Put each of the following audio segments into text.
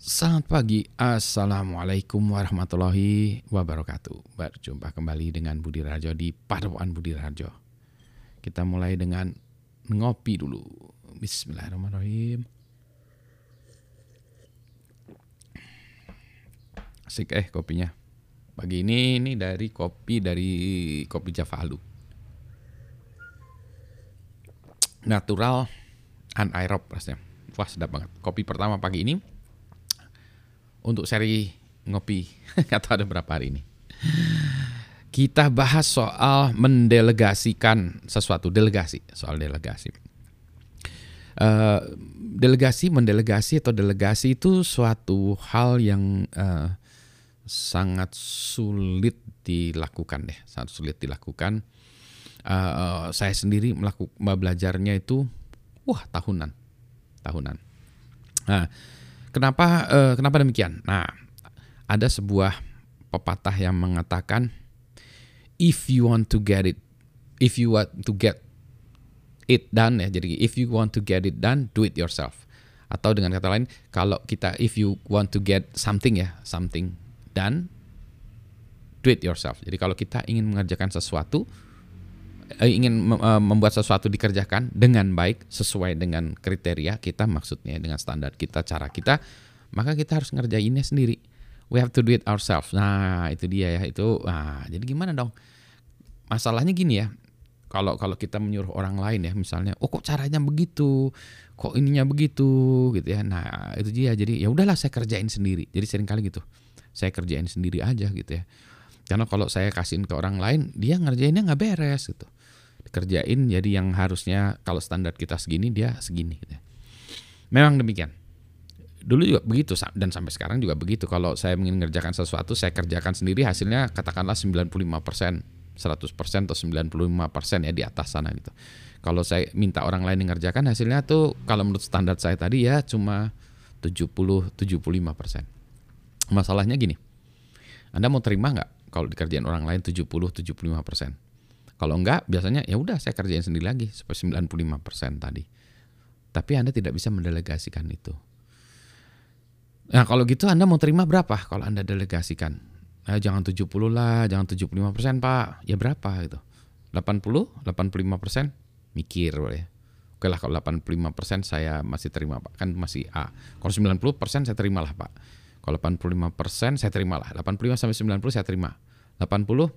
Selamat pagi, Assalamualaikum warahmatullahi wabarakatuh. Berjumpa kembali dengan Budi Rajo di Padepokan Budi Rajo. Kita mulai dengan ngopi dulu. Bismillahirrahmanirrahim. Asik kopinya. Pagi ini dari kopi Javalu. Natural anaerob rasanya. Wah, sedap banget. Kopi pertama pagi ini untuk seri ngopi. Nggak tahu ada berapa hari ini. Kita bahas soal mendelegasikan sesuatu. Soal delegasi. Mendelegasi atau delegasi itu suatu hal yang sangat sulit dilakukan deh. Sangat sulit dilakukan. Saya sendiri belajarnya itu tahunan. Nah, kenapa demikian? Nah, ada sebuah pepatah yang mengatakan if you want to get it done ya. Jadi if you want to get it done, do it yourself. Atau dengan kata lain, kalau kita if you want to get something done, do it yourself. Jadi kalau kita ingin mengerjakan sesuatu, membuat sesuatu dikerjakan dengan baik sesuai dengan kriteria kita, maksudnya dengan standar kita, cara kita, maka kita harus ngerjainnya sendiri. We have to do it ourselves. Nah, itu dia ya, itu. Nah, jadi gimana dong? Masalahnya gini ya. Kalau kita menyuruh orang lain ya, misalnya, kok caranya begitu, kok ininya begitu, gitu ya. Nah, itu dia. Jadi ya udahlah, saya kerjain sendiri. Jadi seringkali gitu. Saya kerjain sendiri aja gitu ya. Karena kalau saya kasihin ke orang lain, dia ngerjainnya nggak beres gitu. Dikerjain jadi yang harusnya kalau standar kita segini, dia segini gitu ya. Memang demikian. Dulu juga begitu dan sampai sekarang juga begitu. Kalau saya ingin mengerjakan sesuatu, saya kerjakan sendiri, hasilnya katakanlah 95%, 100% atau 95% ya di atas sana gitu. Kalau saya minta orang lain yang ngerjakan, hasilnya tuh kalau menurut standar saya tadi ya cuma 70-75%. Masalahnya gini. Anda mau terima nggak kalau dikerjain orang lain 70-75%? Kalau enggak, biasanya ya udah saya kerjain sendiri lagi sampai 95% tadi. Tapi Anda tidak bisa mendelegasikan itu. Nah, kalau gitu Anda mau terima berapa kalau Anda delegasikan? Jangan 70 lah, jangan 75%, Pak. Ya berapa gitu? 80, 85%? Mikir boleh. Oke lah, kalau 85% saya masih terima, Pak. Kan masih A. Kalau 90% saya terima lah, Pak. Kalau 85% saya terima lah. 85 sampai 90 saya terima. 80,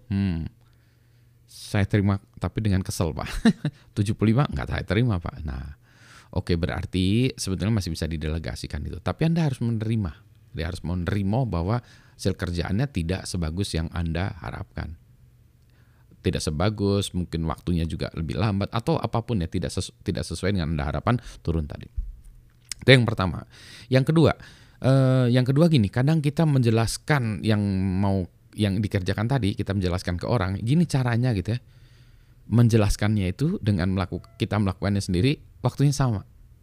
saya terima tapi dengan kesel, Pak. 75 enggak saya terima, Pak. Nah, oke, berarti sebetulnya masih bisa didelegasikan itu. Tapi Anda harus menerima. Dia harus menerima bahwa hasil kerjaannya tidak sebagus yang Anda harapkan. Tidak sebagus, mungkin waktunya juga lebih lambat atau apapun ya, tidak sesuai dengan Anda harapkan, turun tadi. Itu yang pertama. Yang kedua gini, kadang kita menjelaskan yang dikerjakan tadi, kita menjelaskan ke orang, gini caranya gitu ya. Menjelaskannya itu dengan kita melakukannya sendiri, waktunya sama.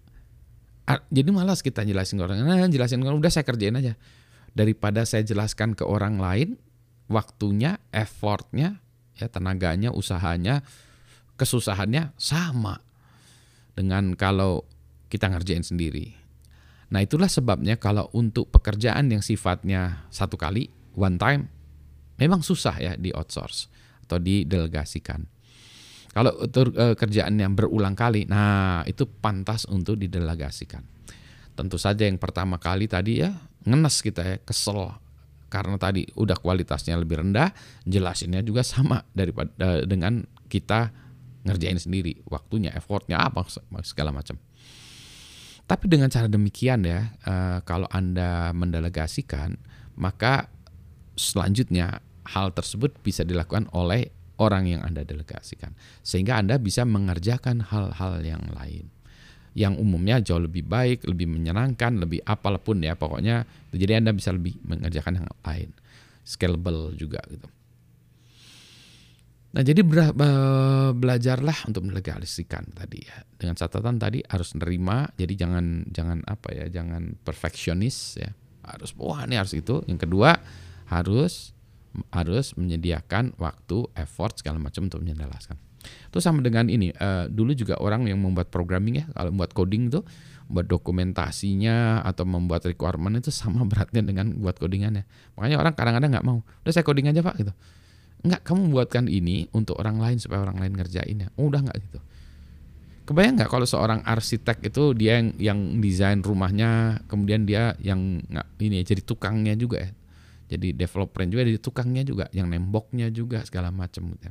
Jadi malas kita jelasin ke orang, udah saya kerjain aja. Daripada saya jelaskan ke orang lain, waktunya, effortnya, ya tenaganya, usahanya, kesusahannya sama dengan kalau kita ngerjain sendiri. Nah, itulah sebabnya kalau untuk pekerjaan yang sifatnya satu kali, one time, memang susah ya di outsource atau didelegasikan. Kalau kerjaan yang berulang kali, nah itu pantas untuk didelegasikan. Tentu saja yang pertama kali tadi ya ngenes kita ya, kesel karena tadi udah kualitasnya lebih rendah, jelasinnya juga sama daripada dengan kita ngerjain sendiri, waktunya, effortnya apa segala macam. Tapi dengan cara demikian ya, kalau Anda mendelegasikan, maka selanjutnya hal tersebut bisa dilakukan oleh orang yang Anda delegasikan. Sehingga Anda bisa mengerjakan hal-hal yang lain. Yang umumnya jauh lebih baik, lebih menyenangkan, lebih apapun ya pokoknya. Jadi Anda bisa lebih mengerjakan yang lain. Scalable juga gitu. Nah, jadi belajarlah untuk mendelegasikan tadi ya. Dengan catatan tadi harus nerima, jadi jangan perfeksionis ya. Harus ini harus itu. Yang kedua, harus menyediakan waktu, effort segala macam untuk menjelaskan. Itu sama dengan ini. Dulu juga orang yang membuat programming ya, kalau membuat coding tuh buat dokumentasinya atau membuat requirement itu sama beratnya dengan buat codingannya. Makanya orang kadang-kadang nggak mau. Udah saya coding aja Pak gitu. Enggak, kamu buatkan ini untuk orang lain supaya orang lain ngerjainnya. Oh, udah nggak gitu. Kebayang nggak kalau seorang arsitek itu dia yang desain rumahnya, kemudian dia yang ini jadi tukangnya juga ya. Jadi developer juga, jadi tukangnya juga, yang nemboknya juga segala macam gitu.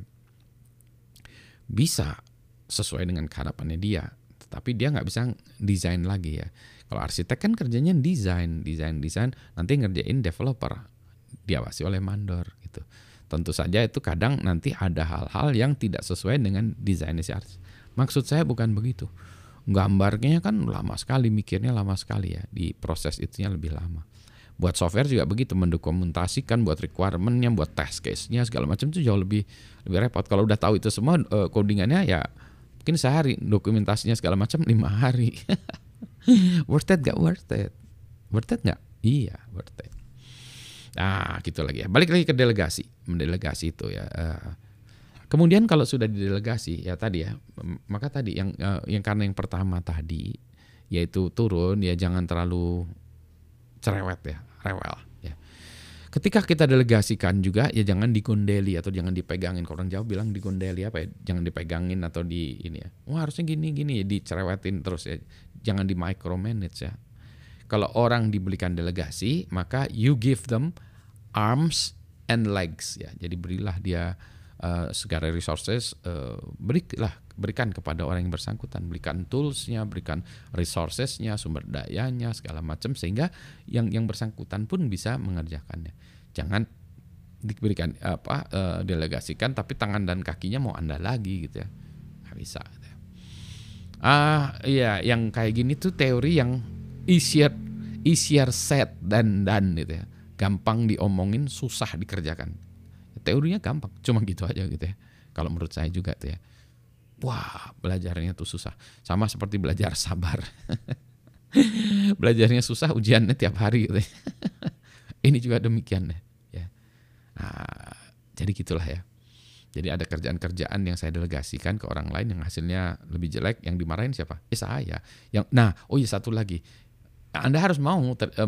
Bisa sesuai dengan harapannya dia, tetapi dia nggak bisa desain lagi ya. Kalau arsitek kan kerjanya desain, nanti ngerjain developer, diawasi oleh mandor gitu. Tentu saja itu kadang nanti ada hal-hal yang tidak sesuai dengan desainnya si arsitek. Maksud saya bukan begitu. Gambarnya kan lama sekali, mikirnya lama sekali ya, di proses itunya lebih lama. Buat software juga begitu, mendokumentasikan, buat requirementnya, buat test case-nya segala macam itu jauh lebih repot. Kalau udah tahu itu semua codingannya ya mungkin sehari, dokumentasinya segala macam 5 hari. Worth it gak worth it? Worth it gak? Iya worth it. Nah gitu lagi ya. Balik lagi ke delegasi, mendelegasi itu ya. Kemudian kalau sudah didelegasi ya tadi ya, maka tadi yang karena yang pertama tadi yaitu turun ya, jangan terlalu cerewet ya, rewel ya. Ketika kita delegasikan juga ya jangan digondeli atau jangan dipegangin. Kalau orang Jawa bilang digondeli apa ya? Jangan dipegangin atau di ini ya. Wah harusnya gini ya, dicerewetin terus ya. Jangan di micromanage ya. Kalau orang diberikan delegasi, maka you give them arms and legs ya. Jadi berilah dia segala resources, berikan kepada orang yang bersangkutan, berikan toolsnya, berikan resourcesnya, sumber dayanya segala macam sehingga yang bersangkutan pun bisa mengerjakannya. Jangan diberikan delegasikan tapi tangan dan kakinya mau Anda lagi gitu ya, nggak bisa. Gitu ya. Iya, yang kayak gini tuh teori yang easier said than done gitu ya, gampang diomongin, susah dikerjakan. Teorinya gampang, cuma gitu aja gitu ya. Kalau menurut saya juga tuh ya. Wah, belajarnya tuh susah. Sama seperti belajar sabar. Belajarnya susah, ujiannya tiap hari gitu ya. Ini juga demikian ya. Nah, jadi gitulah ya. Jadi ada kerjaan-kerjaan yang saya delegasikan ke orang lain yang hasilnya lebih jelek, yang dimarahin siapa? Saya. Satu lagi. Anda harus mau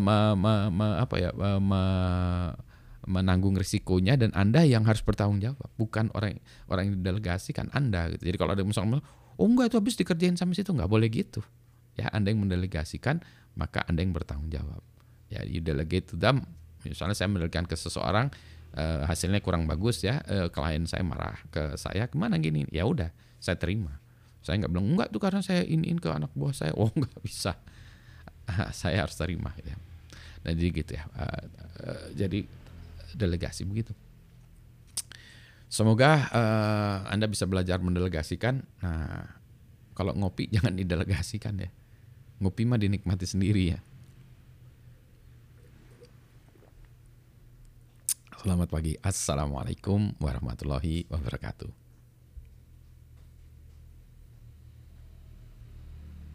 menanggung risikonya dan Anda yang harus bertanggung jawab, bukan orang yang didelegasikan Anda gitu. Jadi kalau ada misalnya, enggak itu habis dikerjain sama situ, nggak boleh gitu. Ya Anda yang mendelegasikan, maka Anda yang bertanggung jawab. Ya you delegate to them. Misalnya saya mendelegasikan ke seseorang, hasilnya kurang bagus ya, klien saya marah ke saya, kemana gini? Ya udah, saya terima. Saya nggak bilang enggak tuh karena saya iniin ke anak buah saya. Oh nggak bisa. Saya harus terima gitu ya. Nah jadi gitu ya. Jadi delegasi begitu. Semoga Anda bisa belajar mendelegasikan. Nah, kalau ngopi jangan didelegasikan ya. Ngopi mah dinikmati sendiri ya. Selamat pagi. Assalamualaikum warahmatullahi wabarakatuh.